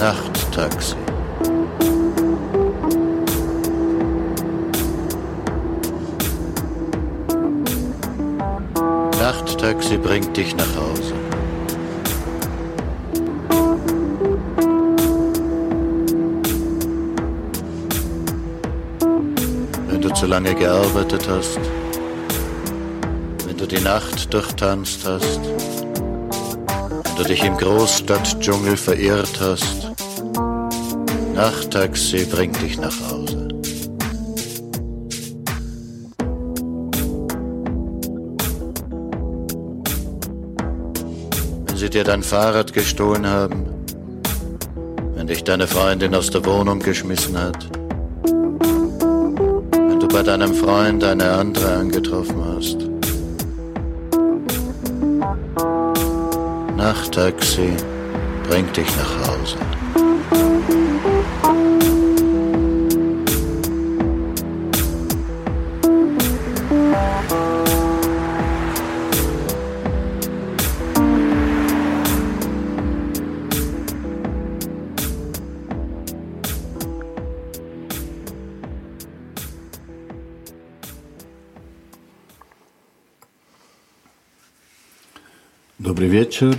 Nachttaxi. Nachttaxi bringt dich nach Hause. Wenn du zu lange gearbeitet hast, wenn du die Nacht durchtanzt hast, wenn du dich im Großstadtdschungel verirrt hast, Nachttaxi bringt dich nach Hause. Wenn sie dir dein Fahrrad gestohlen haben, wenn dich deine Freundin aus der Wohnung geschmissen hat, wenn du bei deinem Freund eine andere angetroffen hast, Nachttaxi bringt dich nach Hause. Dobry wieczór,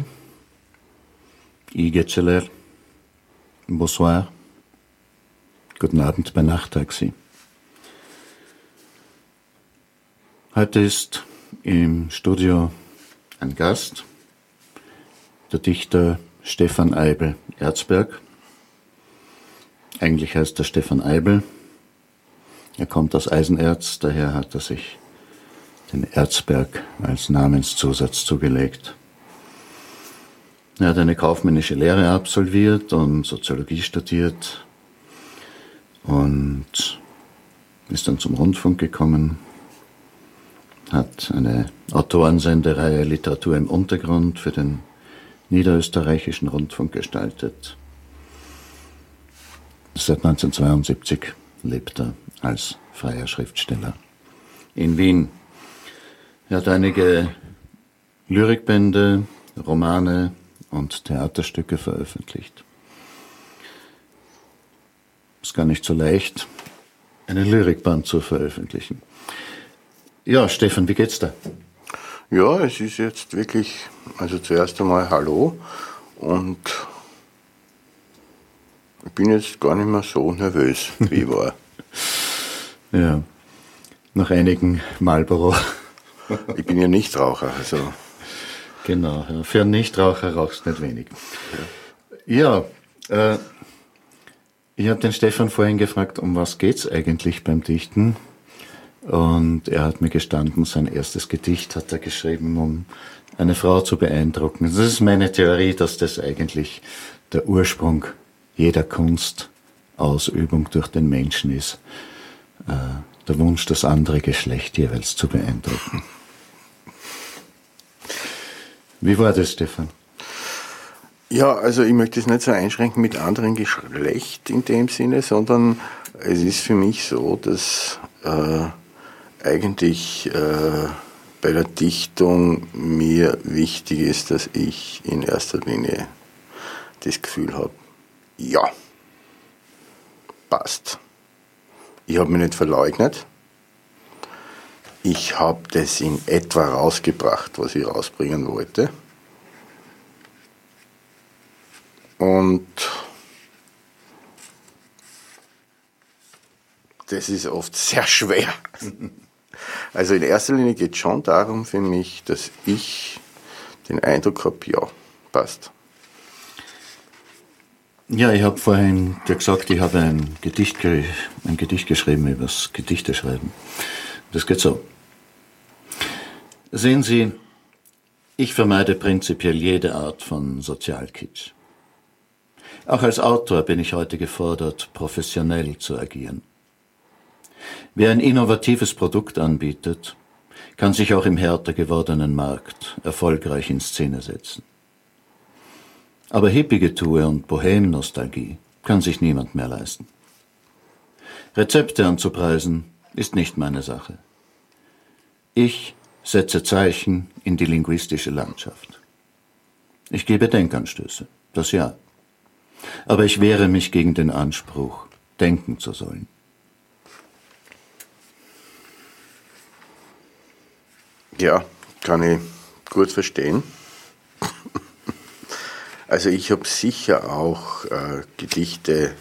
i Getscheler, bonsoir, guten Abend bei Nachttaxi. Heute ist im Studio ein Gast, der Dichter Stefan Eibl Erzberg. Eigentlich heißt er Stefan Eibl. Er kommt aus Eisenerz, daher hat er sich den Erzberg als Namenszusatz zugelegt. Er hat eine kaufmännische Lehre absolviert und Soziologie studiert und ist dann zum Rundfunk gekommen, hat eine Autorensendereihe Literatur im Untergrund für den niederösterreichischen Rundfunk gestaltet. Seit 1972 lebt er als freier Schriftsteller in Wien. Er hat einige Lyrikbände, Romane und Theaterstücke veröffentlicht. Ist gar nicht so leicht, einen Lyrikband zu veröffentlichen. Ja, Stefan, wie geht's dir? Ja, es ist jetzt wirklich, also zuerst einmal Hallo und ich bin jetzt gar nicht mehr so nervös, wie ich war. Ja, nach einigen Marlboro. Ich bin ja Nichtraucher, also. Genau, ja. Für einen Nichtraucher rauchst du nicht wenig. Ja, ich habe den Stefan vorhin gefragt, um was geht's eigentlich beim Dichten? Und er hat mir gestanden, sein erstes Gedicht hat er geschrieben, um eine Frau zu beeindrucken. Das ist meine Theorie, dass das eigentlich der Ursprung jeder Kunstausübung durch den Menschen ist. Der Wunsch, das andere Geschlecht jeweils zu beeindrucken. Wie war das, Stefan? Ja, also ich möchte es nicht so einschränken mit anderen Geschlecht in dem Sinne, sondern es ist für mich so, dass eigentlich bei der Dichtung mir wichtig ist, dass ich in erster Linie das Gefühl habe, ja, passt. Ich habe mich nicht verleugnet. Ich habe das in etwa rausgebracht, was ich rausbringen wollte. Und das ist oft sehr schwer. Also in erster Linie geht es schon darum für mich, dass ich den Eindruck habe, ja, passt. Ja, ich habe vorhin dir gesagt, ich habe ein Gedicht geschrieben über das Gedichteschreiben. Das geht so. Sehen Sie, ich vermeide prinzipiell jede Art von Sozialkitsch. Auch als Autor bin ich heute gefordert, professionell zu agieren. Wer ein innovatives Produkt anbietet, kann sich auch im härter gewordenen Markt erfolgreich in Szene setzen. Aber Hippie-Getue und Bohem-Nostalgie kann sich niemand mehr leisten. Rezepte anzupreisen ist nicht meine Sache. Ich setze Zeichen in die linguistische Landschaft. Ich gebe Denkanstöße, das ja. aber ich wehre mich gegen den Anspruch, denken zu sollen. Ja, kann ich gut verstehen. Also ich habe sicher auch Gedichte,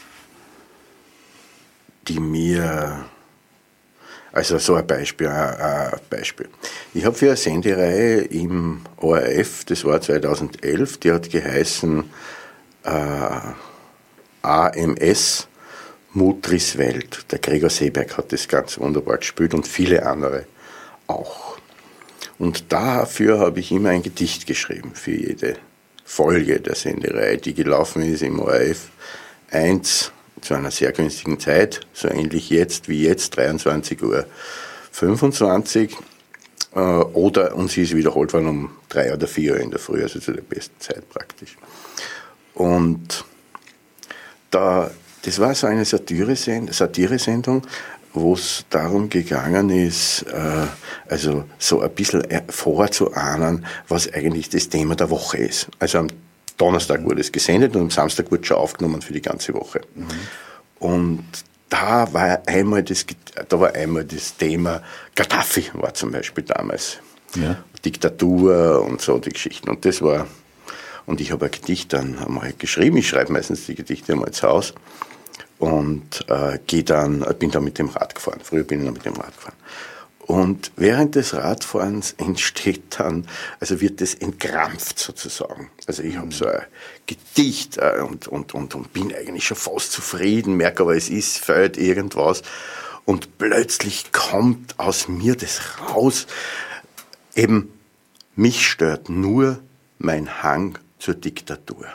die mir, also so ein Beispiel. Ich habe für eine Sendereihe im ORF, das war 2011, die hat geheißen AMS Mutris Welt. Der Gregor Seeberg hat das ganz wunderbar gespielt und viele andere auch. Und dafür habe ich immer ein Gedicht geschrieben, für jede Folge der Sendereihe, die gelaufen ist im ORF 1 zu einer sehr günstigen Zeit, so ähnlich jetzt wie jetzt, 23:25 Uhr, und sie ist wiederholt worden um 3 oder 4 Uhr in der Früh, also zu der besten Zeit praktisch. Und das war so eine Satiresendung, wo es darum gegangen ist, also so ein bisschen vorzuahnen, was eigentlich das Thema der Woche ist. Also am Donnerstag wurde es gesendet und am Samstag wurde es schon aufgenommen für die ganze Woche. Mhm. Und da war einmal das Thema Gaddafi, war zum Beispiel damals. Ja. Diktatur und so die Geschichten. Und das war, und ich habe ein Gedicht dann einmal geschrieben, ich schreibe meistens die Gedichte einmal zu Hause. Und bin dann mit dem Rad gefahren. Früher bin ich noch mit dem Rad gefahren. Und während des Radfahrens entsteht dann, also wird das entkrampft sozusagen. Also ich habe so ein Gedicht und bin eigentlich schon fast zufrieden, merke aber, fehlt irgendwas. Und plötzlich kommt aus mir das raus, eben, mich stört nur mein Hang zur Diktatur.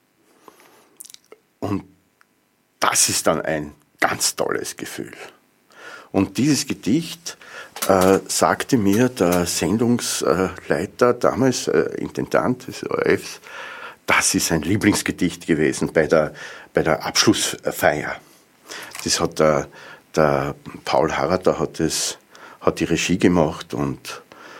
Und das ist dann ein ganz tolles Gefühl. Und dieses Gedicht sagte mir der Sendungsleiter, damals Intendant des ORFs, das ist sein Lieblingsgedicht gewesen bei der Abschlussfeier. Das hat der Paul Harrater hat die Regie gemacht und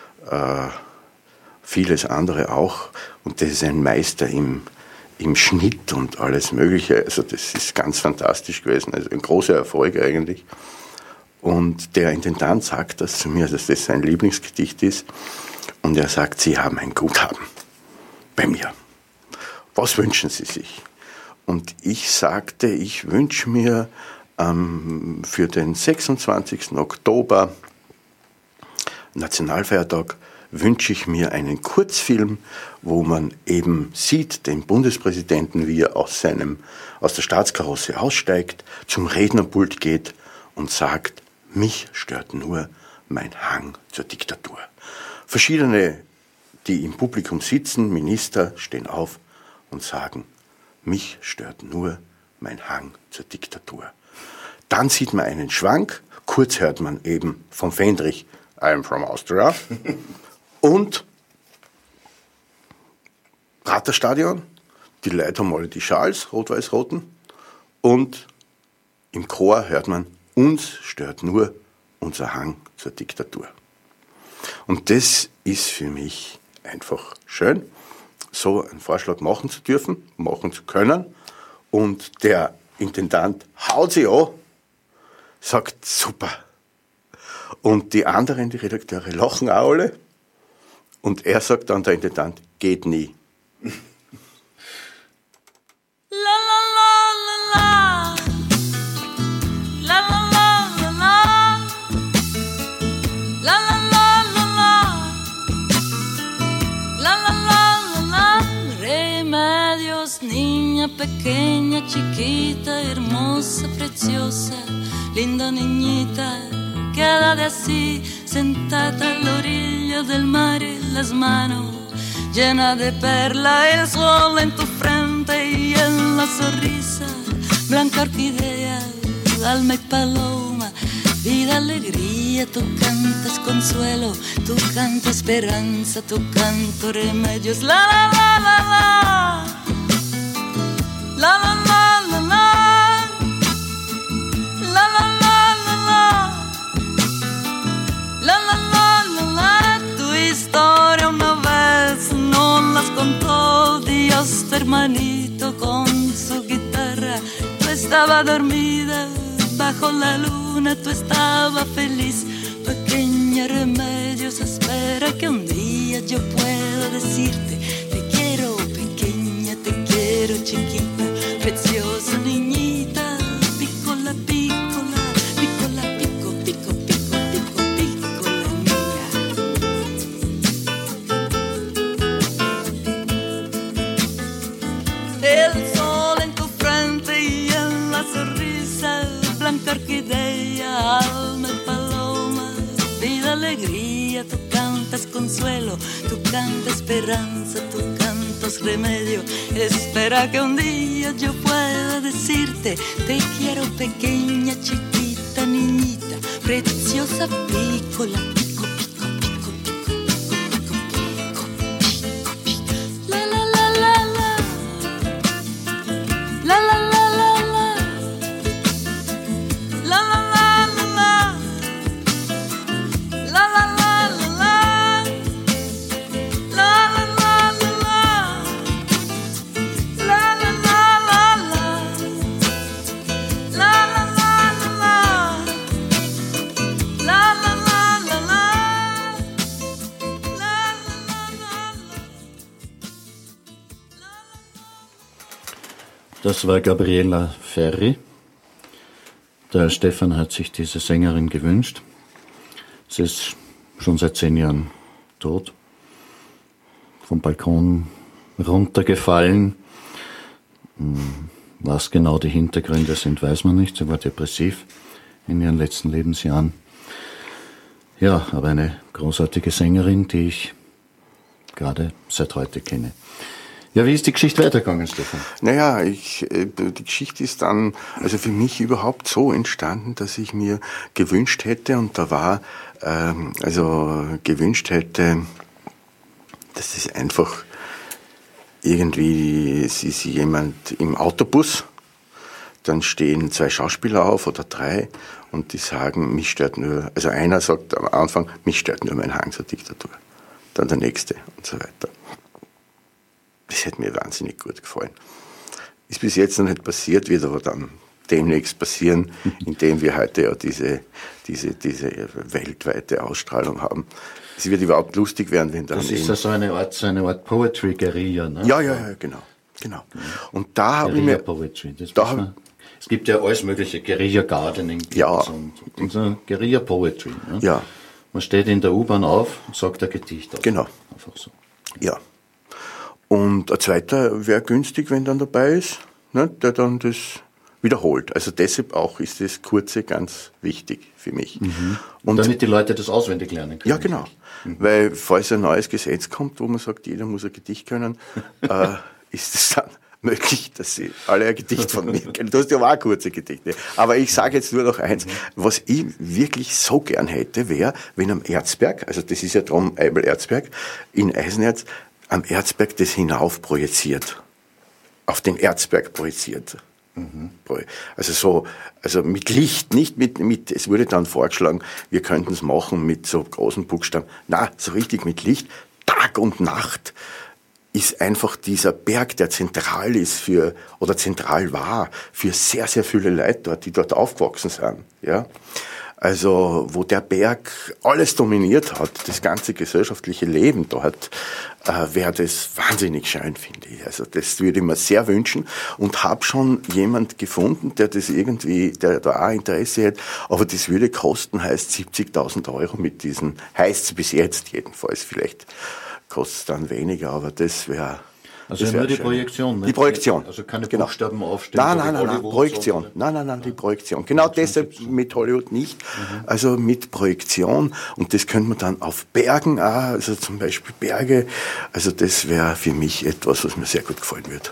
vieles andere auch. Und das ist ein Meister im Schnitt und alles Mögliche. Also das ist ganz fantastisch gewesen. Also ein großer Erfolg eigentlich. Und der Intendant sagt das zu mir, dass das sein Lieblingsgedicht ist. Und er sagt, Sie haben ein Guthaben bei mir. Was wünschen Sie sich? Und ich sagte, ich wünsche mir für den 26. Oktober, Nationalfeiertag, wünsche ich mir einen Kurzfilm, wo man eben sieht, den Bundespräsidenten, wie er aus der Staatskarosse aussteigt, zum Rednerpult geht und sagt, mich stört nur mein Hang zur Diktatur. Verschiedene, die im Publikum sitzen, Minister, stehen auf und sagen, mich stört nur mein Hang zur Diktatur. Dann sieht man einen Schwank, kurz hört man eben vom Fendrich, I am from Austria, und Praterstadion, die Leute haben alle die Schals, rot-weiß-roten, und im Chor hört man, uns stört nur unser Hang zur Diktatur. Und das ist für mich einfach schön, so einen Vorschlag machen zu dürfen, machen zu können. Und der Intendant haut sich an, sagt super. Und die anderen, die Redakteure, lachen auch alle. Und er sagt dann, der Intendant, geht nie. Pequeña, chiquita, hermosa, preciosa, linda niñita, quédate así, sentada a la orilla del mar y las manos llenas de perla, el sol en tu frente y en la sonrisa, blanca orquídea, alma y paloma, vida, alegría, tú cantas consuelo, tú cantas esperanza, tú cantas remedios, la la la la la. La la la la la, la la la la la, la la la la la. Tu historia una vez nos las contó Dios, tu hermanito con su estaba dormida bajo la luna, tú estabas feliz. Pequeña, remedios, espera que un día yo pueda decirte te quiero, pequeña, te quiero, chiquita, preciosa niñita, pícola, pícola, pícola, pico, pico, pico, pico, pícola mía. El sol en tu frente y en la sonrisa blanca orquídea, alma y paloma, vida, alegría, tú cantas consuelo, tú cantas esperanza, tú cantas remedio. Espera que un día yo pueda decirte te quiero, pequeña, chiquita, niñita, preciosa, pícola, pico, pico, pico, pico, pico, pico, pico, pico, la la la la la, la la la la la, la la la la la, la la la la la, la la la la la, la la la la la, la la la la la, la la la la la, Das war Gabriela Ferri. Der Stefan hat sich diese Sängerin gewünscht. Sie ist schon seit 10 Jahren tot. Vom Balkon runtergefallen. Was genau die Hintergründe sind, weiß man nicht. Sie war depressiv in ihren letzten Lebensjahren. Ja, aber eine großartige Sängerin, die ich gerade seit heute kenne. Ja, wie ist die Geschichte weitergegangen, Stefan? Naja, die Geschichte ist dann, also für mich überhaupt so entstanden, dass ich mir gewünscht hätte, und da war, gewünscht hätte, dass es einfach irgendwie, es ist jemand im Autobus, dann stehen 2 Schauspieler auf oder 3 und die sagen, mich stört nur, also einer sagt am Anfang, mich stört nur mein Hang zur Diktatur. Dann der nächste und so weiter. Das hätte mir wahnsinnig gut gefallen. Ist bis jetzt noch nicht passiert, wird aber dann demnächst passieren, indem wir heute ja diese weltweite Ausstrahlung haben. Es wird überhaupt lustig werden, wenn dann... Das ist ja so eine Art Poetry-Guerilla, ne? Ja, genau. Und da habe ich mir... Poetry, es gibt ja alles mögliche, Guerilla-Gardening ja. und so Guerilla-Poetry. Ne? Ja. Man steht in der U-Bahn auf und sagt ein Gedicht auf. Genau. Einfach so. Ja. Und ein zweiter wäre günstig, wenn dann dabei ist, ne, der dann das wiederholt. Also deshalb auch ist das Kurze ganz wichtig für mich. Mhm. Und damit die Leute das auswendig lernen können. Ja, genau. Weil falls ein neues Gesetz kommt, wo man sagt, jeder muss ein Gedicht können, ist es dann möglich, dass sie alle ein Gedicht von mir kennen. Du hast ja auch kurze Gedichte. Aber ich sage jetzt nur noch eins. Was ich wirklich so gern hätte, wäre, wenn am Erzberg, also das ist ja drum Eibel-Erzberg, in Eisenerz, am Erzberg das hinauf projiziert. Auf den Erzberg projiziert. Also mit Licht, nicht mit, es wurde dann vorgeschlagen, wir könnten es machen mit so großen Buchstaben. Na, so richtig mit Licht. Tag und Nacht ist einfach dieser Berg, der zentral ist zentral war für sehr, sehr viele Leute dort, die dort aufgewachsen sind, ja. Also, wo der Berg alles dominiert hat, das ganze gesellschaftliche Leben dort, wäre das wahnsinnig schön, finde ich. Also, das würde ich mir sehr wünschen und habe schon jemand gefunden, der da auch Interesse hat, aber das würde kosten, heißt 70.000 Euro mit diesen, heißt es bis jetzt jedenfalls, vielleicht kostet es dann weniger, aber das wäre... Also nur die Projektion, ne? Die Projektion. Also keine genau. Buchstaben aufstellen. Nein, Projektion. Nein, die Projektion. Genau deshalb mit Hollywood nicht. Also mit Projektion. Und das könnte man dann auf Bergen auch, also zum Beispiel Berge. Also das wäre für mich etwas, was mir sehr gut gefallen würde.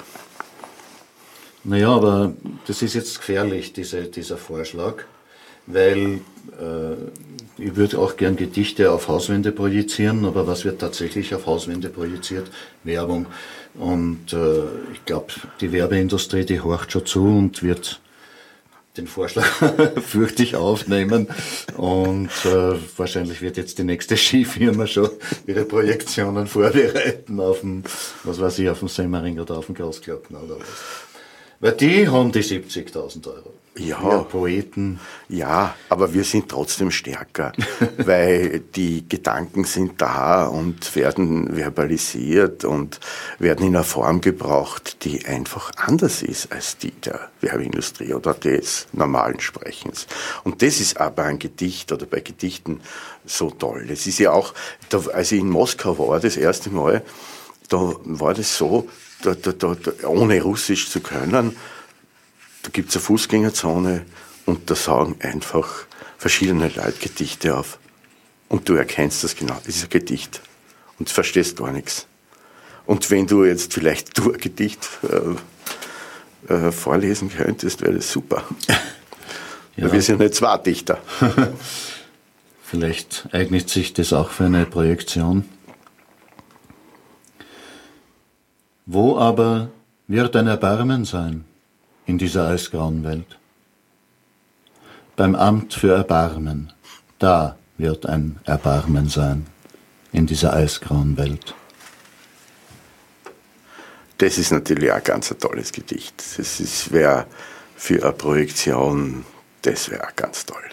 Naja, aber das ist jetzt gefährlich, dieser Vorschlag, weil ich würde auch gern Gedichte auf Hauswände projizieren, aber was wird tatsächlich auf Hauswände projiziert? Werbung. Und ich glaube, die Werbeindustrie, die horcht schon zu und wird den Vorschlag fürchtig aufnehmen. Und wahrscheinlich wird jetzt die nächste Skifirma schon ihre Projektionen vorbereiten auf dem, auf dem Semmering oder auf dem Großglockner oder was. Weil die haben die 70.000 Euro. Ja. Wir Poeten. Ja, aber wir sind trotzdem stärker, weil die Gedanken sind da und werden verbalisiert und werden in einer Form gebraucht, die einfach anders ist als die der Werbeindustrie oder des normalen Sprechens. Und das ist aber ein Gedicht oder bei Gedichten so toll. Es ist ja auch, als ich in Moskau war, das erste Mal, da war das so, ohne Russisch zu können, da gibt's eine Fußgängerzone und da sagen einfach verschiedene Leute Gedichte auf. Und du erkennst das genau, das ist ein Gedicht. Und du verstehst gar nichts. Und wenn du jetzt vielleicht ein Gedicht vorlesen könntest, wäre das super. Ja. Weil wir sind nicht zwei Dichter. Vielleicht eignet sich das auch für eine Projektion. Wo aber wird ein Erbarmen sein in dieser eisgrauen Welt? Beim Amt für Erbarmen, da wird ein Erbarmen sein in dieser eisgrauen Welt. Das ist natürlich auch ganz ein tolles Gedicht. Das wäre für eine Projektion, das wäre auch ganz toll.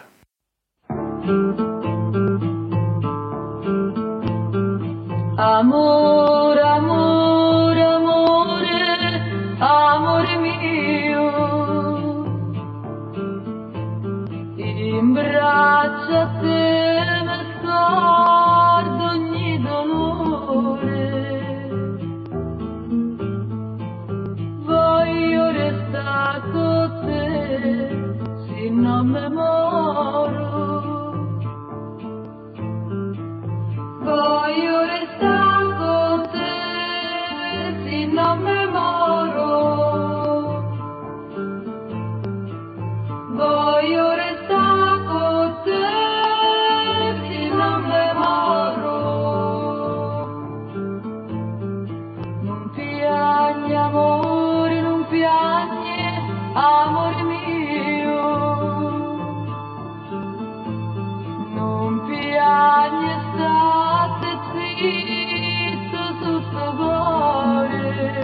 Amor, amor, amore, amore mio, in braccio a te mi scordo ogni dolore, voglio restare con te, se non mi moro, voglio restare con te, se non mi moro, voglio restare con te, se non mi moro, non piagne amore, non piagne amore mio, non piagne state zitto sto cuore,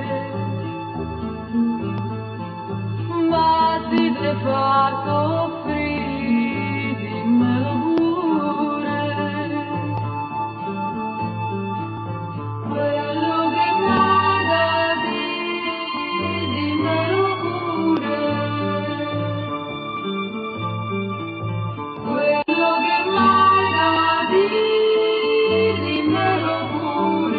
ma ti te fa soffrire, dimmelo pure, quello che m'hai da dire, dimmelo pure, quello che m'hai da dire, dimmelo pure.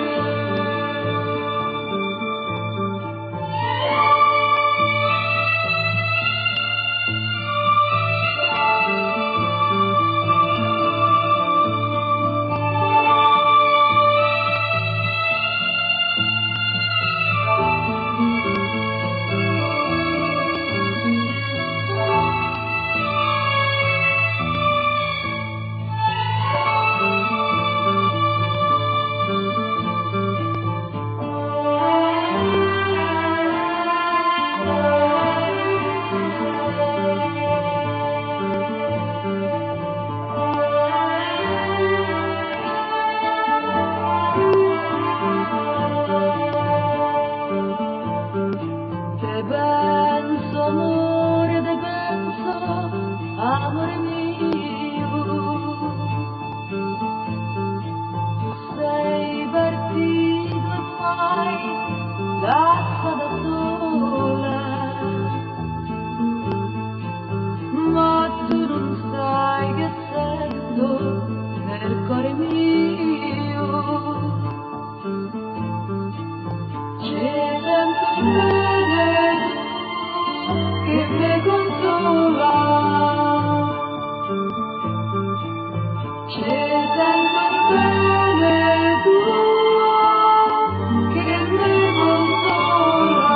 Te penso, amore, te penso, amore mio, tu sei partito e poi lascia da sola, ma tu non sai che sento nel cuore mio, ci sento bene che mi consola, ci sento bene tu che mi consola.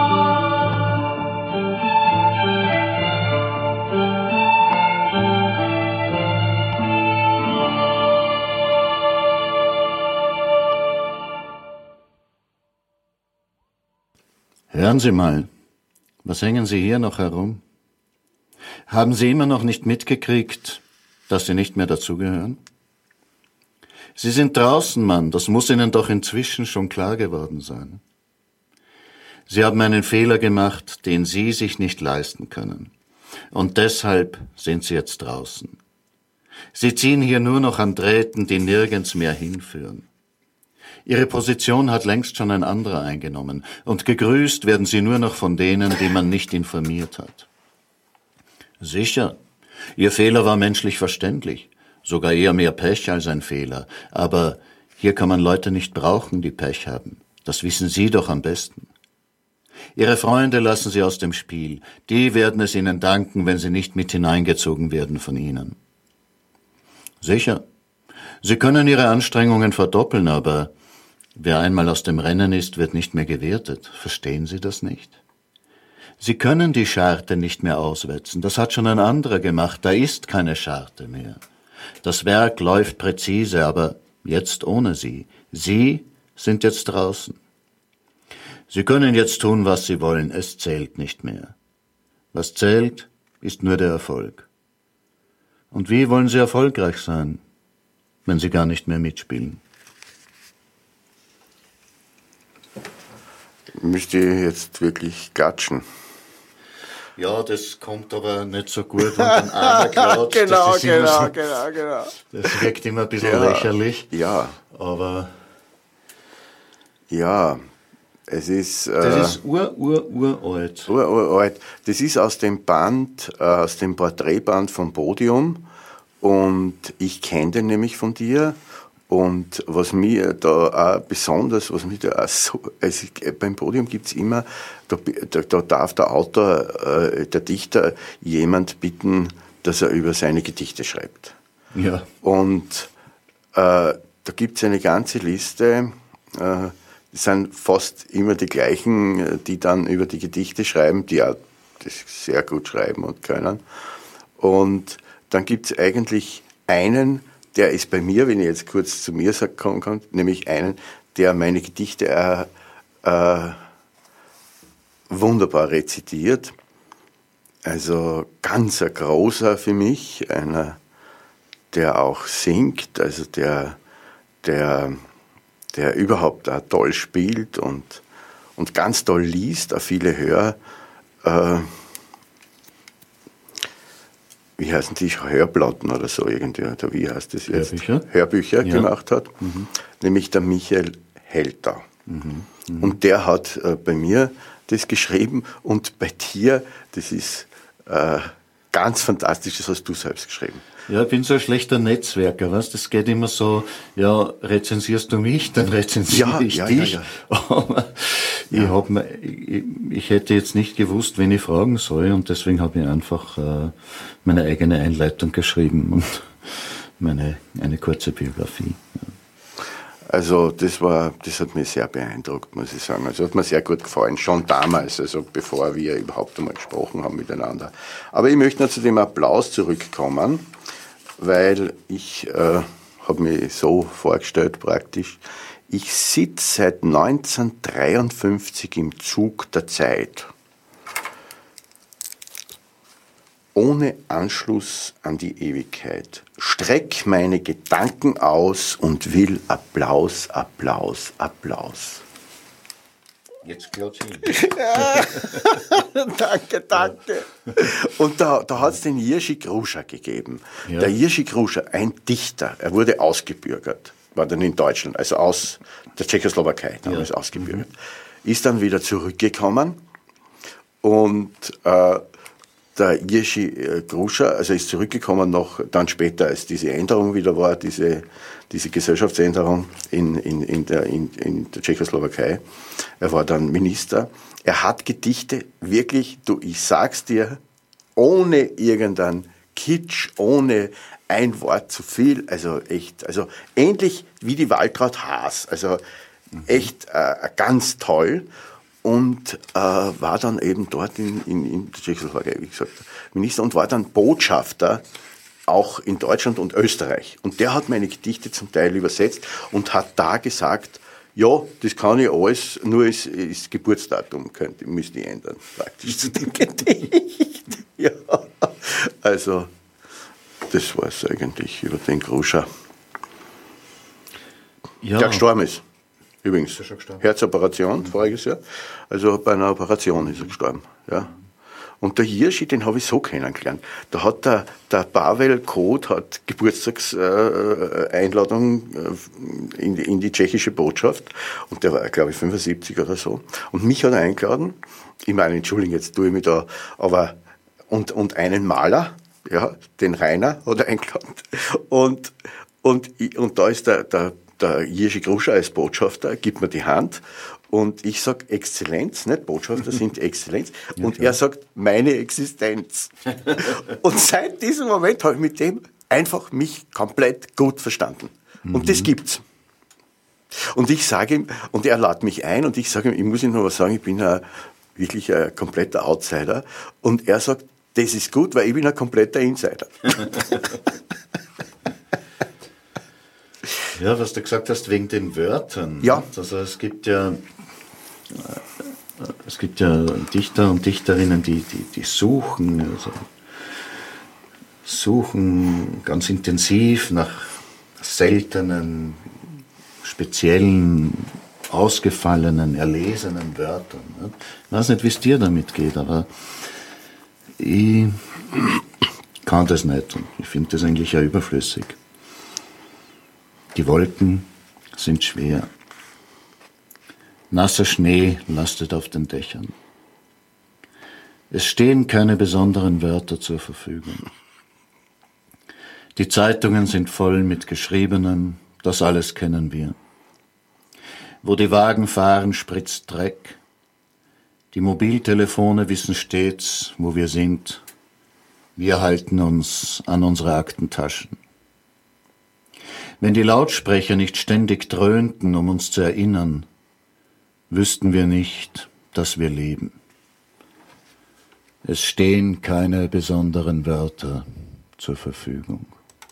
Hören Sie mal, was hängen Sie hier noch herum? Haben Sie immer noch nicht mitgekriegt, dass Sie nicht mehr dazugehören? Sie sind draußen, Mann, das muss Ihnen doch inzwischen schon klar geworden sein. Sie haben einen Fehler gemacht, den Sie sich nicht leisten können. Und deshalb sind Sie jetzt draußen. Sie ziehen hier nur noch an Drähten, die nirgends mehr hinführen. Ihre Position hat längst schon ein anderer eingenommen, und gegrüßt werden Sie nur noch von denen, die man nicht informiert hat. Sicher, Ihr Fehler war menschlich verständlich, sogar eher mehr Pech als ein Fehler, aber hier kann man Leute nicht brauchen, die Pech haben. Das wissen Sie doch am besten. Ihre Freunde lassen Sie aus dem Spiel, die werden es Ihnen danken, wenn Sie nicht mit hineingezogen werden von Ihnen. Sicher, Sie können Ihre Anstrengungen verdoppeln, aber wer einmal aus dem Rennen ist, wird nicht mehr gewertet. Verstehen Sie das nicht? Sie können die Scharte nicht mehr auswetzen. Das hat schon ein anderer gemacht. Da ist keine Scharte mehr. Das Werk läuft präzise, aber jetzt ohne Sie. Sie sind jetzt draußen. Sie können jetzt tun, was Sie wollen. Es zählt nicht mehr. Was zählt, ist nur der Erfolg. Und wie wollen Sie erfolgreich sein, wenn Sie gar nicht mehr mitspielen? Müsste ich jetzt wirklich klatschen? Ja, das kommt aber nicht so gut, wenn ein Armer klatscht. Genau. Das wirkt immer ein bisschen lächerlich. Ja. Aber ja, es ist... das ist uralt. Uralt. Das ist aus dem Band, aus dem Porträtband vom Podium. Und ich kenne den nämlich von dir. Und was mir da auch besonders, was mir da auch so, also beim Podium gibt's immer, da darf der Autor, der Dichter, jemand bitten, dass er über seine Gedichte schreibt. Ja. Und da gibt's eine ganze Liste, das sind fast immer die gleichen, die dann über die Gedichte schreiben, die auch das sehr gut schreiben und können. Und dann gibt's eigentlich einen, der ist bei mir, wenn ich jetzt kurz zu mir kommen kann, nämlich einen, der meine Gedichte wunderbar rezitiert. Also ganz ein großer für mich, einer, der auch singt, also der überhaupt auch toll spielt und ganz toll liest, auch viele wie heißen die, Hörplatten oder so irgendwie, oder wie heißt das jetzt? Hörbücher ja. Gemacht hat, nämlich der Michael Helter. Und der hat bei mir das geschrieben und bei dir, das ist ganz fantastisch, das hast du selbst geschrieben. Ja, ich bin so ein schlechter Netzwerker, weißt? Das geht immer so, ja, rezensierst du mich, dann rezensiere ich dich. Ja. Aber ich hätte jetzt nicht gewusst, wen ich fragen soll, und deswegen habe ich einfach meine eigene Einleitung geschrieben und eine kurze Biografie. Ja. Also das hat mich sehr beeindruckt, muss ich sagen. Also hat mir sehr gut gefallen, schon damals, also bevor wir überhaupt einmal gesprochen haben miteinander. Aber ich möchte noch zu dem Applaus zurückkommen, weil ich habe mich so vorgestellt praktisch, ich sitze seit 1953 im Zug der Zeit, ohne Anschluss an die Ewigkeit, streck meine Gedanken aus und will Applaus, Applaus, Applaus. Jetzt klatsche ich. Danke. Und da hat es den Jiří Kruša gegeben. Ja. Der Jiří Kruša, ein Dichter, er wurde ausgebürgert, war dann in Deutschland, also aus der Tschechoslowakei, damals ausgebürgert, ist dann wieder zurückgekommen und der Jiří Kruša, also ist zurückgekommen noch dann später, als diese Änderung wieder war, diese Gesellschaftsänderung in der Tschechoslowakei. Er war dann Minister. Er hat Gedichte wirklich, ich sag's dir, ohne irgendeinen Kitsch, ohne ein Wort zu viel, also echt, also ähnlich wie die Waltraud Haas, also echt ganz toll. Und war dann eben dort in der Tschechoslowakei, wie gesagt, Minister, und war dann Botschafter auch in Deutschland und Österreich. Und der hat meine Gedichte zum Teil übersetzt und hat da gesagt, ja, das kann ich alles, nur das Geburtsdatum müsste ich ändern, praktisch zu dem Gedicht. Ja, also das war es eigentlich über den Kruša, der gestorben ist. Übrigens, Ist er schon gestorben? Herzoperation voriges Jahr. Also bei einer Operation ist er gestorben. Ja. Und der Hirschi, den habe ich so kennengelernt. Da hat der Pavel Kot hat Geburtstagseinladung in die tschechische Botschaft. Und der war, glaube ich, 75 oder so. Und mich hat er eingeladen. Ich meine, Entschuldigung, jetzt tue ich mich da, aber, und einen Maler, ja, den Rainer hat er eingeladen. Und da ist der Jiří Gruscha als Botschafter, gibt mir die Hand und ich sag Exzellenz, nicht Botschafter sind Exzellenz, und er sagt meine Existenz. Und seit diesem Moment habe ich mit dem einfach mich komplett gut verstanden. Und das gibt's. Und ich sage ihm, und er lädt mich ein und ich sage ihm, ich muss ihm noch was sagen, ich bin wirklich ein kompletter Outsider. Und er sagt, das ist gut, weil ich bin ein kompletter Insider. Ja, was du gesagt hast, wegen den Wörtern. Ja. Also es gibt ja Dichter und Dichterinnen, die suchen ganz intensiv nach seltenen, speziellen, ausgefallenen, erlesenen Wörtern. Ich weiß nicht, wie es dir damit geht, aber ich kann das nicht und ich finde das eigentlich ja überflüssig. Die Wolken sind schwer. Nasser Schnee lastet auf den Dächern. Es stehen keine besonderen Wörter zur Verfügung. Die Zeitungen sind voll mit Geschriebenem, das alles kennen wir. Wo die Wagen fahren, spritzt Dreck. Die Mobiltelefone wissen stets, wo wir sind. Wir halten uns an unsere Aktentaschen. Wenn die Lautsprecher nicht ständig dröhnten, um uns zu erinnern, wüssten wir nicht, dass wir leben. Es stehen keine besonderen Wörter zur Verfügung.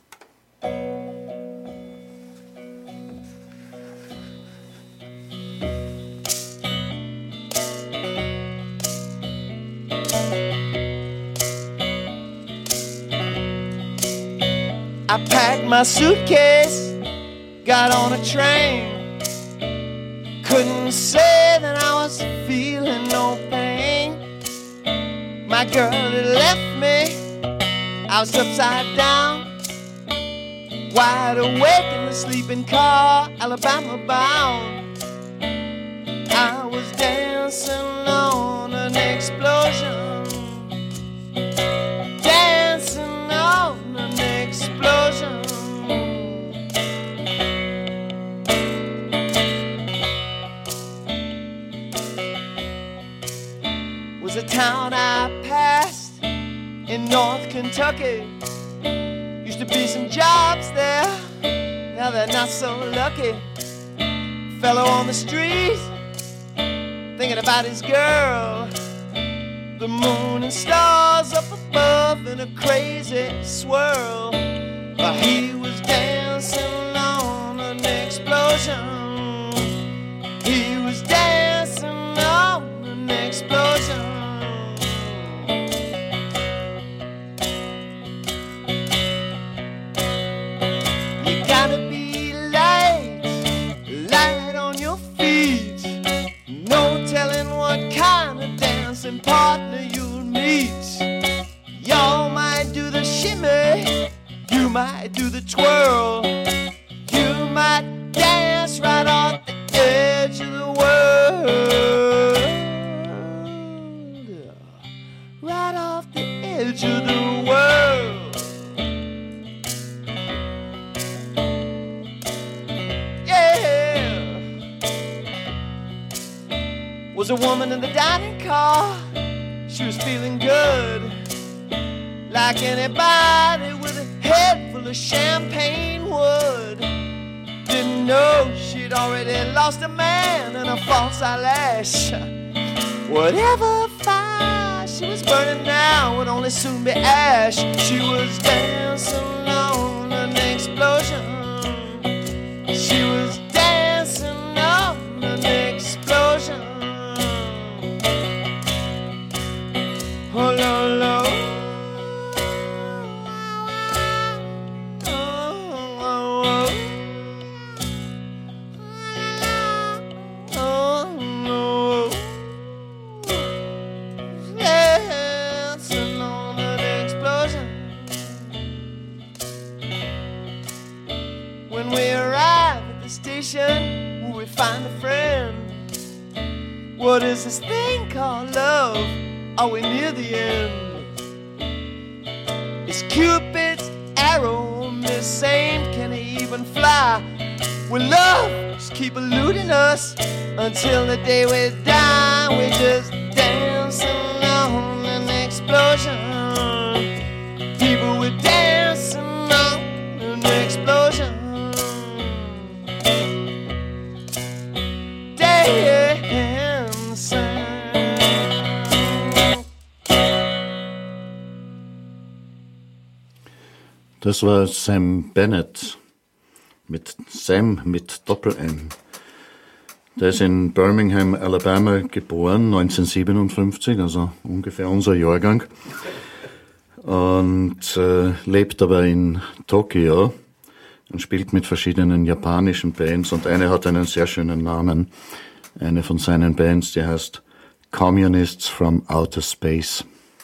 I packed my suitcase, got on a train. Couldn't say that I was feeling no pain. My girl had left me, I was upside down, wide awake in the sleeping car, Alabama bound. I was dancing on an explosion, dancing on an explosion. Was a town I passed in North Kentucky. Used to be some jobs there, now they're not so lucky. Fellow on the street, thinking about his girl. The moon and stars up above in a crazy swirl. But he was dancing on an explosion. He was dancing on an explosion. You gotta be light on your feet. No telling what kind of dancing partner you'll meet. Y'all might do the shimmy, you might do the twirl, you might dance right off the edge of the world, right off the edge of the world. Yeah. Was a woman in the dining car, she was feeling good, like anybody with a head full of champagne would. Didn't know she'd already lost a man and a false eyelash. Whatever fire she was burning now would only soon be ash. She was dancing on an explosion. She was dancing on an explosion. Oh, lo, lo. are we near the end? Is Cupid's arrow missing? Can he even fly? Will love just keep eluding us until the day we die? We just dance along an explosion. People were dancing on an explosion. Das war Sam Bennett, mit Sam mit Doppel-M. Der ist in Birmingham, Alabama geboren, 1957, also ungefähr unser Jahrgang. Und lebt aber in Tokio und spielt mit verschiedenen japanischen Bands. Und eine hat einen sehr schönen Namen. Eine von seinen Bands, die heißt Communists from Outer Space.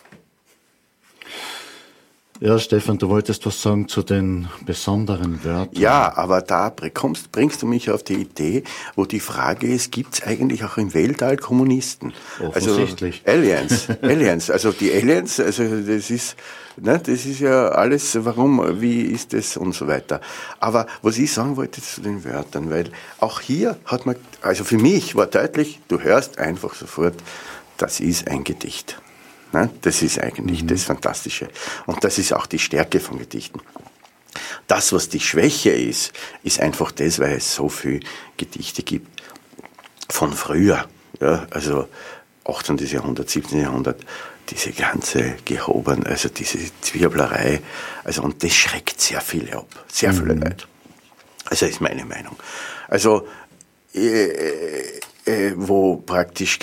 Ja, Stefan, du wolltest was sagen zu den besonderen Wörtern. Ja, aber da bringst du mich auf die Idee, wo die Frage ist, gibt es eigentlich auch im Weltall Kommunisten? Offensichtlich. Also Aliens, also die Aliens, also das ist ja alles, warum, wie ist das und so weiter. Aber was ich sagen wollte zu den Wörtern, weil auch hier hat man, also für mich war deutlich, du hörst einfach sofort, das ist ein Gedicht. Das ist eigentlich das Fantastische. Und das ist auch die Stärke von Gedichten. Das, was die Schwäche ist, ist einfach das, weil es so viele Gedichte gibt von früher. Ja, also 18. Jahrhundert, 17. Jahrhundert, diese ganze Gehoben, also diese Zwirblerei, also und das schreckt sehr viele ab, sehr viele Leute. Also ist meine Meinung. Also wo praktisch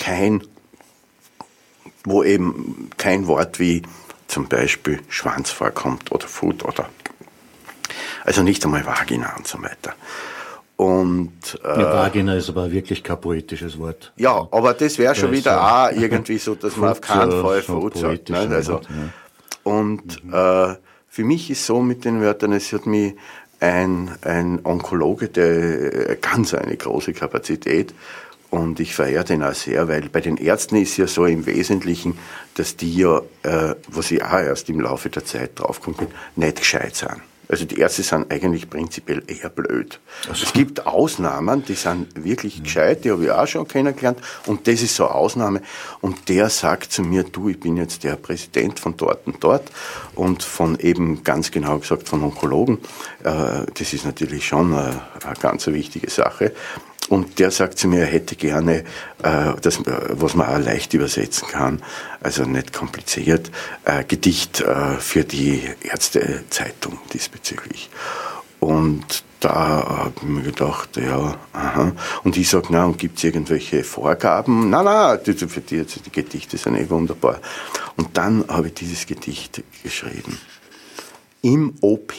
wo eben kein Wort wie zum Beispiel Schwanz vorkommt oder Foot oder also nicht einmal Vagina und so weiter. Und Vagina ist aber wirklich kein poetisches Wort. Ja, aber das wäre schon wieder auch irgendwie so, dass man auf keinen Fall Foot sagt. Ne? Also, Wort, ja. Und für mich ist so mit den Wörtern, es hat mich ein Onkologe, der ganz eine große Kapazität. Und ich verehre den auch sehr, weil bei den Ärzten ist ja so im Wesentlichen, dass die ja, was ich auch erst im Laufe der Zeit draufgekommen bin, nicht gescheit sind. Also die Ärzte sind eigentlich prinzipiell eher blöd. Also. Es gibt Ausnahmen, die sind wirklich gescheit, die habe ich auch schon kennengelernt. Und das ist so eine Ausnahme. Und der sagt zu mir, du, ich bin jetzt der Präsident von dort und dort. Und von eben, ganz genau gesagt, von Onkologen. Das ist natürlich schon eine ganz wichtige Sache. Und der sagt zu mir, er hätte gerne, das, was man auch leicht übersetzen kann, also nicht kompliziert, Gedicht für die Ärztezeitung diesbezüglich. Und da habe ich mir gedacht, ja, aha. Und ich sage, na, und gibt es irgendwelche Vorgaben? Na, für die Gedichte sind eh wunderbar. Und dann habe ich dieses Gedicht geschrieben. Im OP.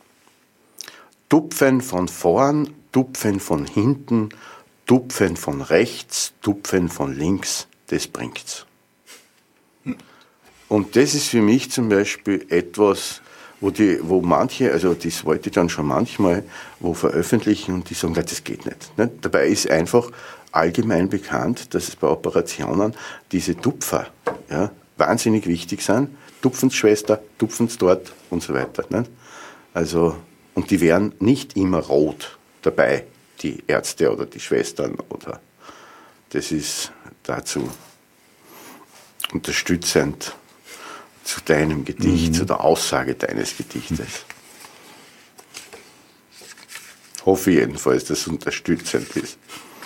Tupfen von vorn, Tupfen von hinten, Tupfen von rechts, Tupfen von links, das bringt's. Und das ist für mich zum Beispiel etwas, wo manche, also das wollte ich dann schon manchmal, wo veröffentlichen und die sagen, das geht nicht. Dabei ist einfach allgemein bekannt, dass es bei Operationen diese Tupfer wahnsinnig wichtig sind. Tupfensschwester, Tupfens dort und so weiter. Also, und die wären nicht immer rot dabei, die Ärzte oder die Schwestern, oder das ist dazu unterstützend zu deinem Gedicht, zu der Aussage deines Gedichtes. Hoffe jedenfalls, dass es unterstützend ist.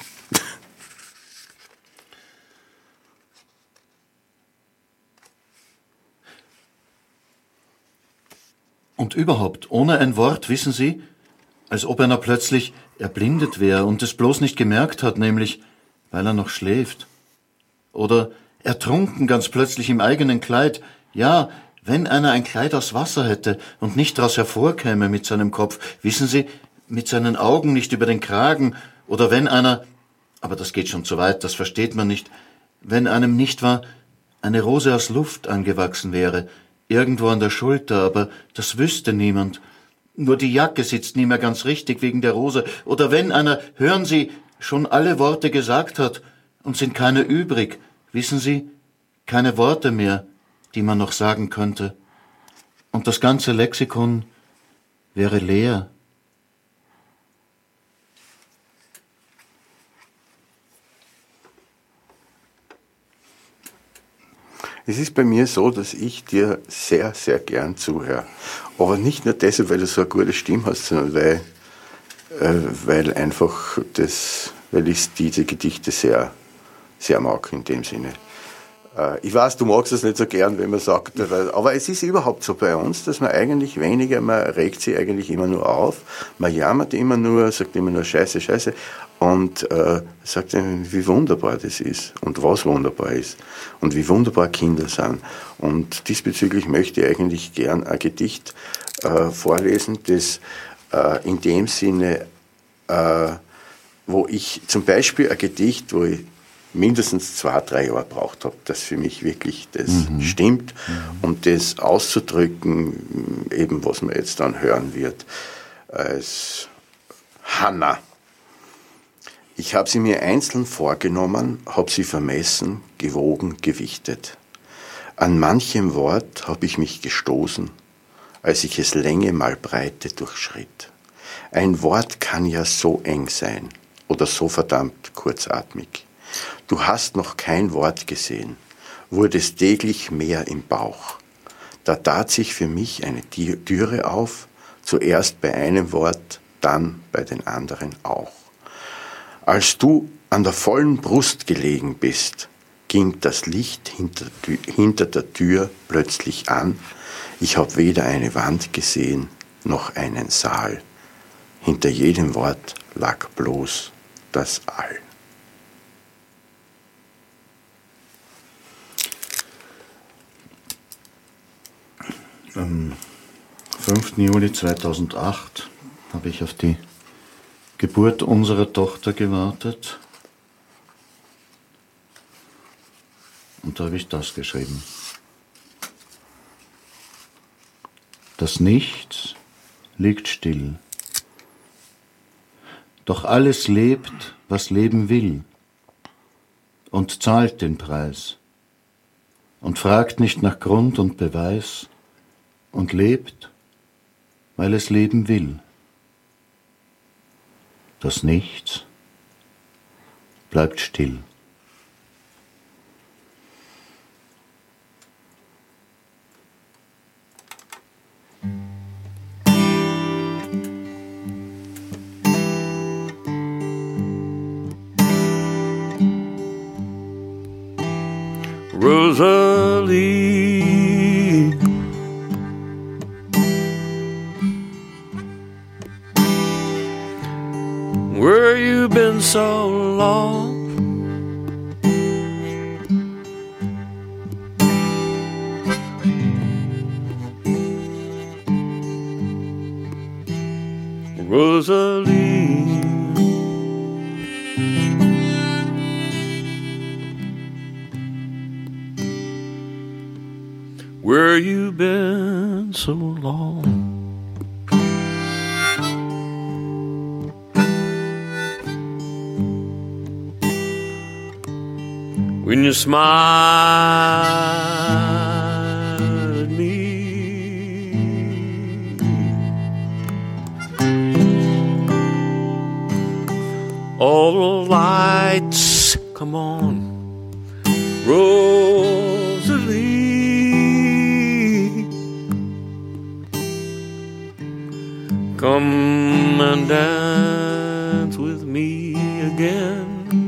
Und überhaupt, ohne ein Wort, wissen Sie, als ob einer plötzlich erblindet wäre und es bloß nicht gemerkt hat, nämlich weil er noch schläft. Oder ertrunken ganz plötzlich im eigenen Kleid. Ja, wenn einer ein Kleid aus Wasser hätte und nicht daraus hervorkäme mit seinem Kopf, wissen Sie, mit seinen Augen nicht über den Kragen, oder wenn einer, aber das geht schon zu weit, das versteht man nicht, wenn einem nicht war, eine Rose aus Luft angewachsen wäre, irgendwo an der Schulter, aber das wüsste niemand. Nur die Jacke sitzt nie mehr ganz richtig wegen der Rose. Oder wenn einer, hören Sie, schon alle Worte gesagt hat und sind keine übrig, wissen Sie, keine Worte mehr, die man noch sagen könnte, und das ganze Lexikon wäre leer. Es ist bei mir so, dass ich dir sehr, sehr gern zuhöre. Aber nicht nur deshalb, weil du so eine gute Stimme hast, sondern weil ich diese Gedichte sehr, sehr mag in dem Sinne. Ich weiß, du magst es nicht so gern, wenn man sagt, aber es ist überhaupt so bei uns, dass man eigentlich man regt sich eigentlich immer nur auf, man jammert immer nur, sagt immer nur Scheiße, Scheiße und sagt wie wunderbar das ist und was wunderbar ist und wie wunderbar Kinder sind. Und diesbezüglich möchte ich eigentlich gern ein Gedicht vorlesen, das in dem Sinne, wo ich zum Beispiel ein Gedicht, wo ich mindestens 2-3 Jahre braucht habe, dass für mich wirklich das stimmt und das auszudrücken, eben was man jetzt dann hören wird, als Hanna. Ich habe sie mir einzeln vorgenommen, habe sie vermessen, gewogen, gewichtet. An manchem Wort habe ich mich gestoßen, als ich es Länge mal Breite durchschritt. Ein Wort kann ja so eng sein oder so verdammt kurzatmig. Du hast noch kein Wort gesehen, wurdest täglich mehr im Bauch. Da tat sich für mich eine Türe auf, zuerst bei einem Wort, dann bei den anderen auch. Als du an der vollen Brust gelegen bist, ging das Licht hinter der Tür plötzlich an. Ich habe weder eine Wand gesehen, noch einen Saal. Hinter jedem Wort lag bloß das All. Am 5. Juli 2008 habe ich auf die Geburt unserer Tochter gewartet. Und da habe ich das geschrieben. Das Nichts liegt still. Doch alles lebt, was leben will, und zahlt den Preis, und fragt nicht nach Grund und Beweis, und lebt, weil es leben will. Das Nichts bleibt still. Rosalie, where you been so long? Rosalie, where you been so long? When you smile at me, all the lights come on. Rosalie, come and dance with me again.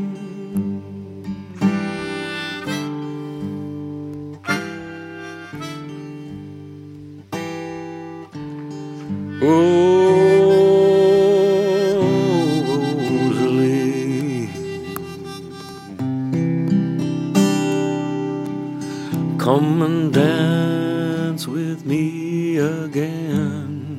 Rosalie, come and dance with me again.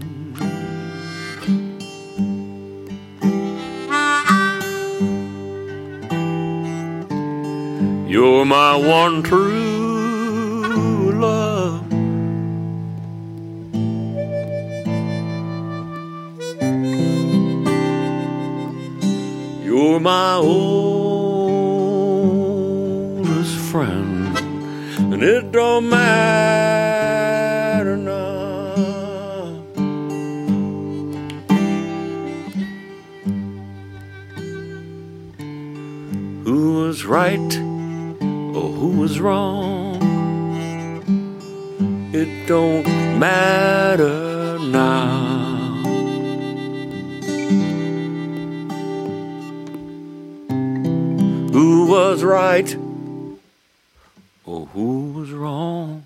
You're my one true love. You're my oldest friend. it don't matter now. Who was right or who was wrong? It don't matter now. Who was right or who was wrong?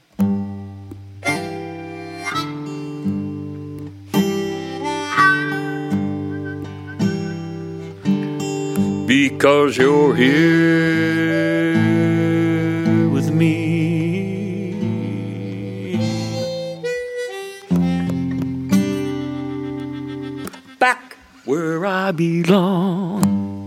Because you're here with me, back where I belong.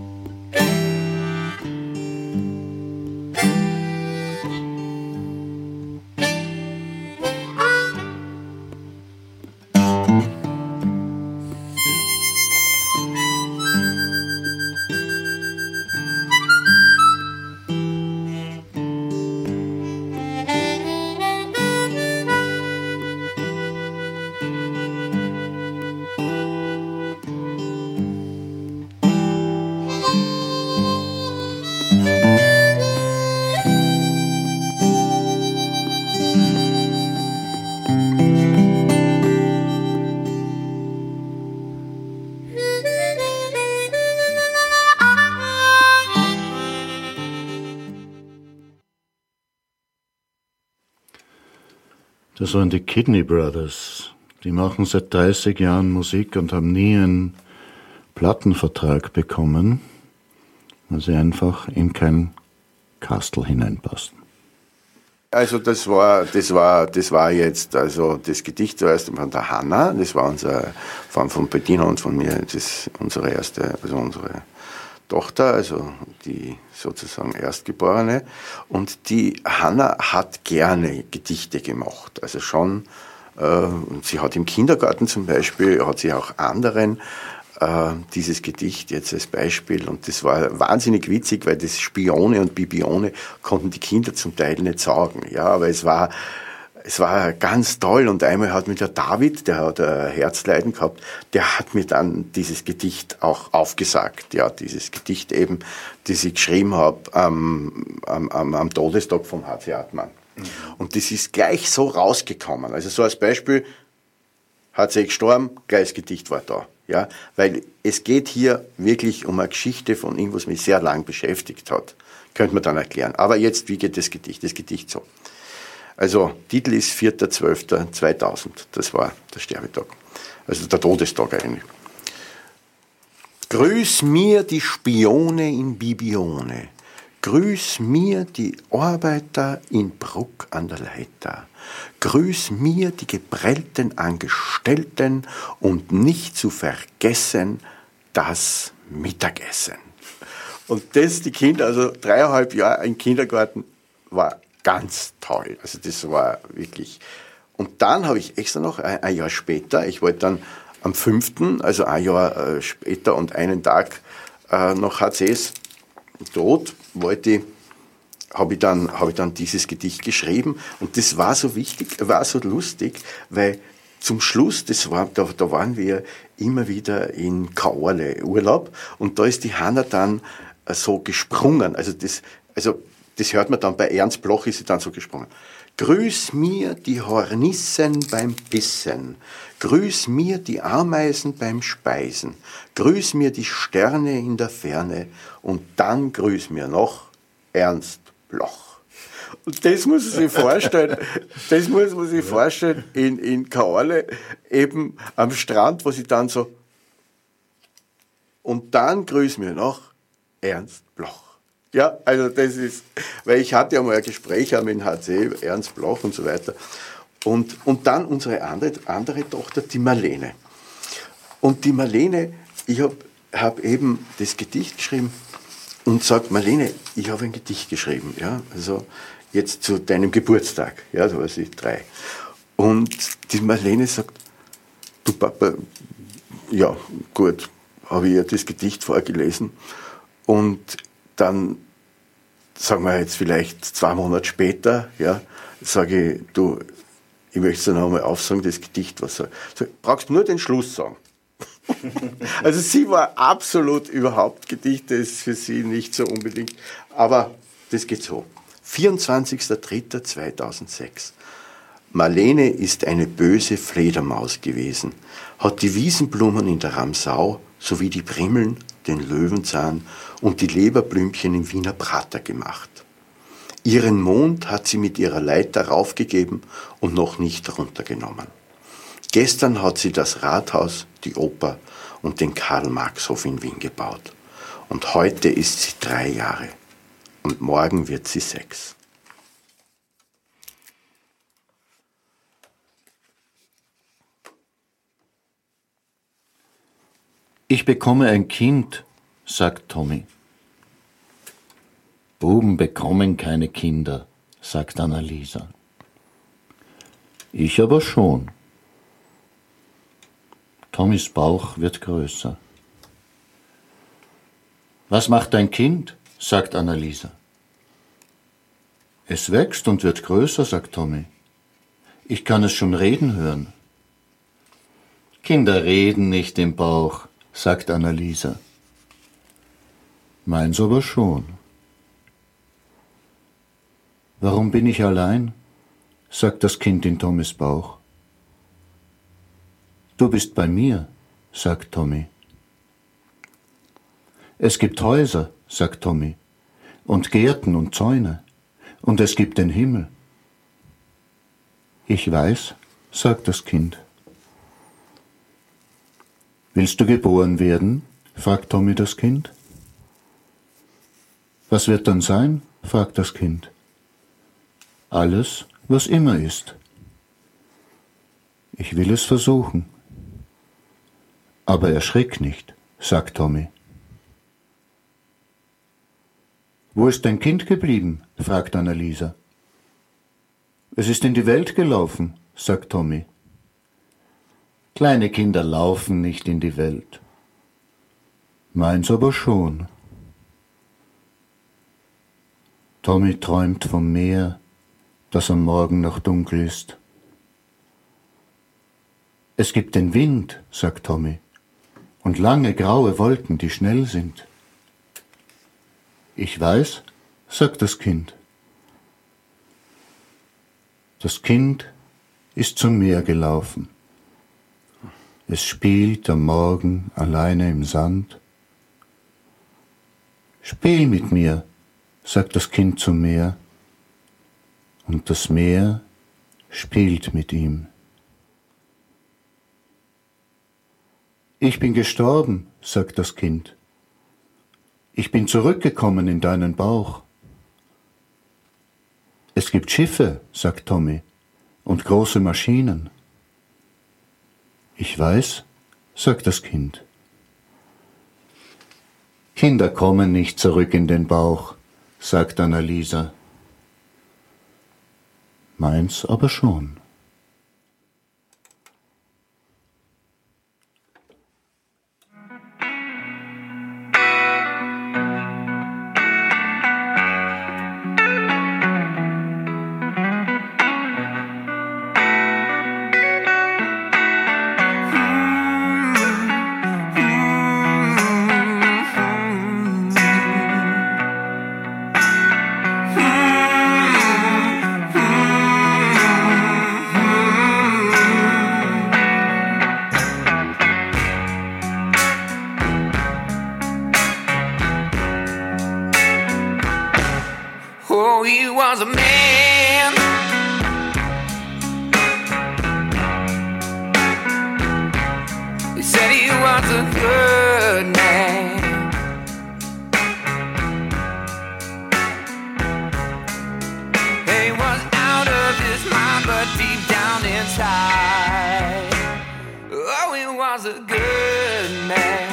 Das waren die Kidney Brothers. Die machen seit 30 Jahren Musik und haben nie einen Plattenvertrag bekommen, weil sie einfach in kein Kastel hineinpassten. Also das war jetzt, also das Gedicht zuerst von der Hanna, das war von Bettina und von mir, unsere erste, also unsere Tochter, also die sozusagen Erstgeborene. Und die Hanna hat gerne Gedichte gemacht. Also schon, sie hat im Kindergarten zum Beispiel, hat sie auch anderen dieses Gedicht jetzt als Beispiel. Und das war wahnsinnig witzig, weil das Spione und Bibione konnten die Kinder zum Teil nicht sagen. Ja, aber es war ganz toll. Und einmal hat mir der David, der hat ein Herzleiden gehabt, der hat mir dann dieses Gedicht auch aufgesagt. Ja, dieses Gedicht eben, das ich geschrieben habe am Todestag vom H.C. Hartmann. Mhm. Und das ist gleich so rausgekommen. Also so als Beispiel, H.C. gestorben, gleich das Gedicht war da. Ja, weil es geht hier wirklich um eine Geschichte von ihm, was mich sehr lang beschäftigt hat. Könnte man dann erklären. Aber jetzt, wie geht das Gedicht? Das Gedicht so. Also, Titel ist 4.12.2000. Das war der Sterbetag. Also der Todestag eigentlich. Grüß mir die Spione in Bibione. Grüß mir die Arbeiter in Bruck an der Leiter. Grüß mir die geprellten Angestellten und nicht zu vergessen das Mittagessen. Und das, die Kinder, also 3,5 Jahre im Kindergarten, war ganz toll. Also das war wirklich. Und dann habe ich extra noch ein Jahr später, ich wollte dann am 5., also ein Jahr später und einen Tag nach HCs Tod, habe ich dann dieses Gedicht geschrieben. Und das war so wichtig, war so lustig, weil zum Schluss, da waren wir immer wieder in Kaorle Urlaub und da ist die Hanna dann so gesprungen. Also das hört man dann bei Ernst Bloch, ist sie dann so gesprungen. Grüß mir die Hornissen beim Bissen, grüß mir die Ameisen beim Speisen, grüß mir die Sterne in der Ferne und dann grüß mir noch Ernst Bloch. Und das muss man sich vorstellen, in Kaorle, eben am Strand, wo sie dann so, und dann grüß mir noch Ernst Bloch. Ja, also das ist, weil ich hatte ja mal ein Gespräch mit dem HC, Ernst Bloch und so weiter. Und dann unsere andere Tochter, die Marlene. Und die Marlene, ich hab eben das Gedicht geschrieben und sagt, Marlene, ich habe ein Gedicht geschrieben, ja, also jetzt zu deinem Geburtstag, ja, da war sie 3. Und die Marlene sagt, du Papa, ja, gut, habe ich ihr das Gedicht vorgelesen und dann sagen wir jetzt vielleicht 2 Monate später, ja, sage ich, du, ich möchte es noch einmal aufsagen, das Gedicht, was brauchst nur den Schluss sagen. Also sie war absolut überhaupt, Gedichte ist für sie nicht so unbedingt, aber das geht so. 24.03.2006. Marlene ist eine böse Fledermaus gewesen, hat die Wiesenblumen in der Ramsau sowie die Brimmeln, den Löwenzahn und die Leberblümchen im Wiener Prater gemacht. Ihren Mond hat sie mit ihrer Leiter raufgegeben und noch nicht runtergenommen. Gestern hat sie das Rathaus, die Oper und den Karl-Marx-Hof in Wien gebaut. Und heute ist sie 3 Jahre. Und morgen wird sie 6. Ich bekomme ein Kind, sagt Tommy. Buben bekommen keine Kinder, sagt Annalisa. Ich aber schon. Tommys Bauch wird größer. Was macht dein Kind? Sagt Annalisa. Es wächst und wird größer, sagt Tommy. Ich kann es schon reden hören. Kinder reden nicht im Bauch, sagt Annalisa. Meins aber schon. Warum bin ich allein? Sagt das Kind in Tommys Bauch. Du bist bei mir, sagt Tommy. Es gibt Häuser, sagt Tommy, und Gärten und Zäune, und es gibt den Himmel. Ich weiß, sagt das Kind. Willst du geboren werden? Fragt Tommy das Kind. Was wird dann sein? Fragt das Kind. Alles, was immer ist. Ich will es versuchen. Aber erschrick nicht, sagt Tommy. Wo ist dein Kind geblieben? Fragt Annalisa. Es ist in die Welt gelaufen, sagt Tommy. Kleine Kinder laufen nicht in die Welt. Meins aber schon. Tommy träumt vom Meer, das am Morgen noch dunkel ist. Es gibt den Wind, sagt Tommy, und lange graue Wolken, die schnell sind. Ich weiß, sagt das Kind. Das Kind ist zum Meer gelaufen. Es spielt am Morgen alleine im Sand. Spiel mit mir, sagt das Kind zum Meer, und das Meer spielt mit ihm. Ich bin gestorben, sagt das Kind. Ich bin zurückgekommen in deinen Bauch. Es gibt Schiffe, sagt Tommy, und große Maschinen. Ich weiß, sagt das Kind. Kinder kommen nicht zurück in den Bauch, sagt Annalisa. Meins aber schon. Oh, he was a man. He said he was a good man. He was out of his mind, but deep down inside, oh, he was a good man.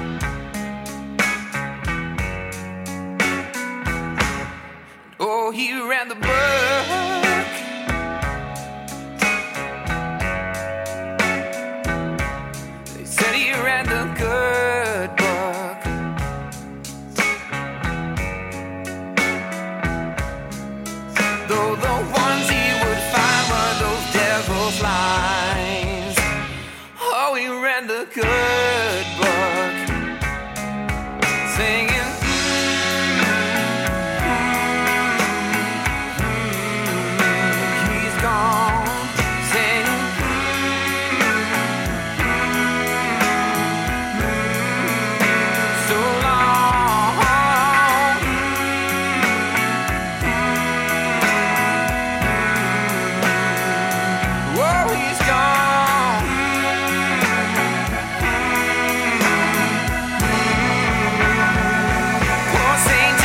Oh, he ran the book. They said he ran the good book. good book, singing. He's gone, singing. So long. Whoa, he's gone. Poor St.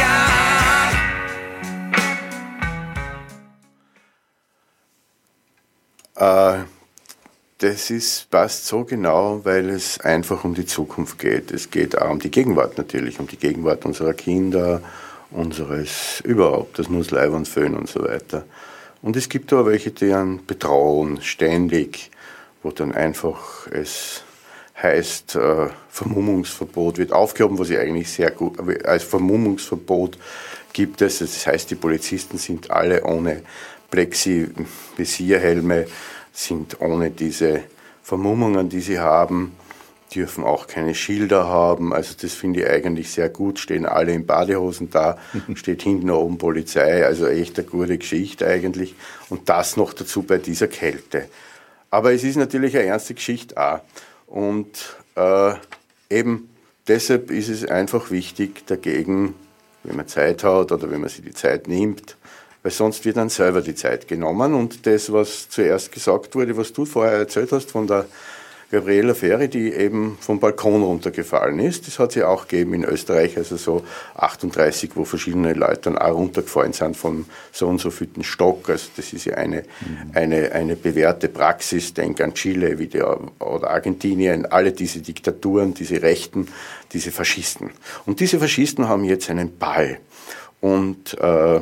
John. Das passt so genau, weil es einfach um die Zukunft geht. Es geht auch um die Gegenwart natürlich, um die Gegenwart unserer Kinder, unseres überhaupt, das Nussleib und Föhn und so weiter. Und es gibt aber welche, die einen bedrohen, ständig, wo dann einfach es heißt, Vermummungsverbot wird aufgehoben, was ich eigentlich sehr gut, als Vermummungsverbot gibt es. Das heißt, die Polizisten sind alle ohne Plexi-Visierhelme, sind ohne diese Vermummungen, die sie haben, dürfen auch keine Schilder haben. Also das finde ich eigentlich sehr gut. Stehen alle in Badehosen da, steht hinten oben Polizei. Also echt eine gute Geschichte eigentlich. Und das noch dazu bei dieser Kälte. Aber es ist natürlich eine ernste Geschichte auch. Und eben deshalb ist es einfach wichtig dagegen, wenn man Zeit hat oder wenn man sich die Zeit nimmt, weil sonst wird dann selber die Zeit genommen. Und das, was zuerst gesagt wurde, was du vorher erzählt hast von der Gabriela Feri, die eben vom Balkon runtergefallen ist, das hat es ja auch gegeben in Österreich, also so 38, wo verschiedene Leute dann auch runtergefallen sind von so und so vielen Stock. Also das ist ja eine bewährte Praxis. Denk an Chile oder Argentinien, alle diese Diktaturen, diese Rechten, diese Faschisten. Und diese Faschisten haben jetzt einen Ball. Und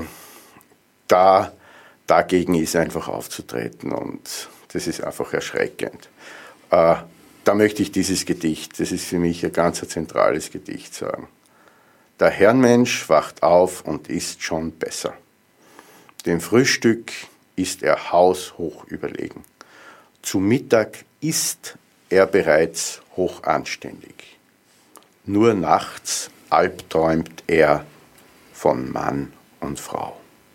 dagegen ist einfach aufzutreten und das ist einfach erschreckend. Da möchte ich dieses Gedicht, das ist für mich ein ganz zentrales Gedicht, sagen. Der Herrenmensch wacht auf und ist schon besser. Dem Frühstück ist er haushoch überlegen. Zu Mittag ist er bereits hochanständig. Nur nachts albträumt er von Mann und Frau.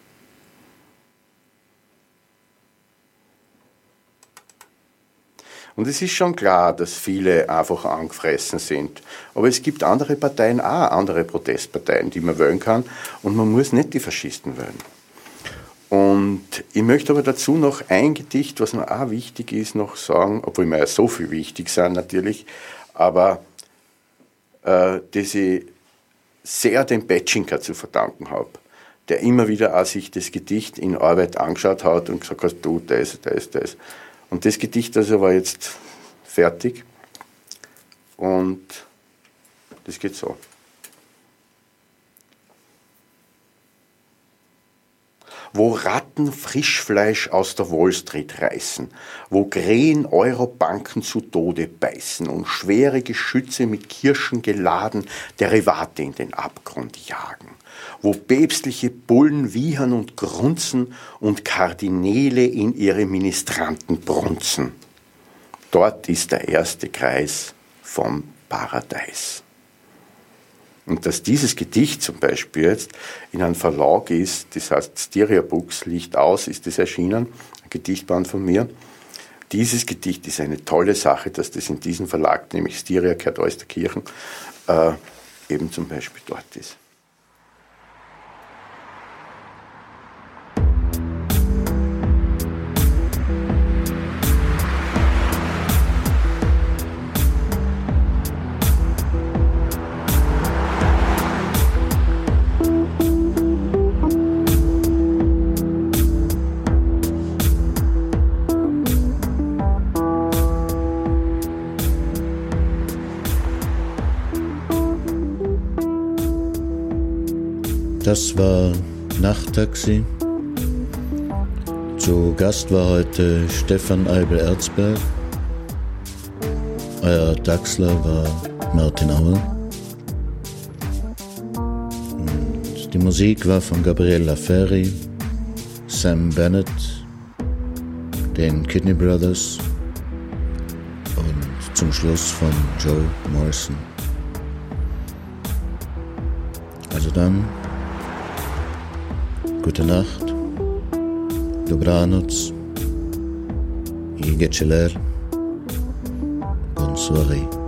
Und es ist schon klar, dass viele einfach angefressen sind. Aber es gibt andere Parteien auch, andere Protestparteien, die man wählen kann. Und man muss nicht die Faschisten wählen. Und ich möchte aber dazu noch ein Gedicht, was mir auch wichtig ist, noch sagen, obwohl mir ja so viel wichtig sind natürlich, aber das ich sehr dem Petschinker zu verdanken habe, der immer wieder auch sich das Gedicht in Arbeit angeschaut hat und gesagt hat, du, das. Und das Gedicht also war jetzt fertig und das geht so. Wo Ratten Frischfleisch aus der Wall Street reißen, wo Krähen Eurobanken zu Tode beißen und schwere Geschütze mit Kirschen geladen Derivate in den Abgrund jagen, wo päpstliche Bullen wiehern und grunzen und Kardinäle in ihre Ministranten brunzen. Dort ist der erste Kreis vom Paradies. Und dass dieses Gedicht zum Beispiel jetzt in einem Verlag ist, das heißt Styria Books, Licht aus, ist das erschienen, ein Gedichtband von mir. Dieses Gedicht ist eine tolle Sache, dass das in diesem Verlag, nämlich Styria gehört Oesterkirchen, eben zum Beispiel dort ist. Das war Nachttaxi. Zu Gast war heute Stefan Eibel-Erzberg. Euer Taxler war Martin Auer. Und die Musik war von Gabriela Feri, Sam Bennett, den Kidney Brothers und zum Schluss von Joe Morrison. Also dann, gute Nacht, dobranoc i geceler, bonne soirée.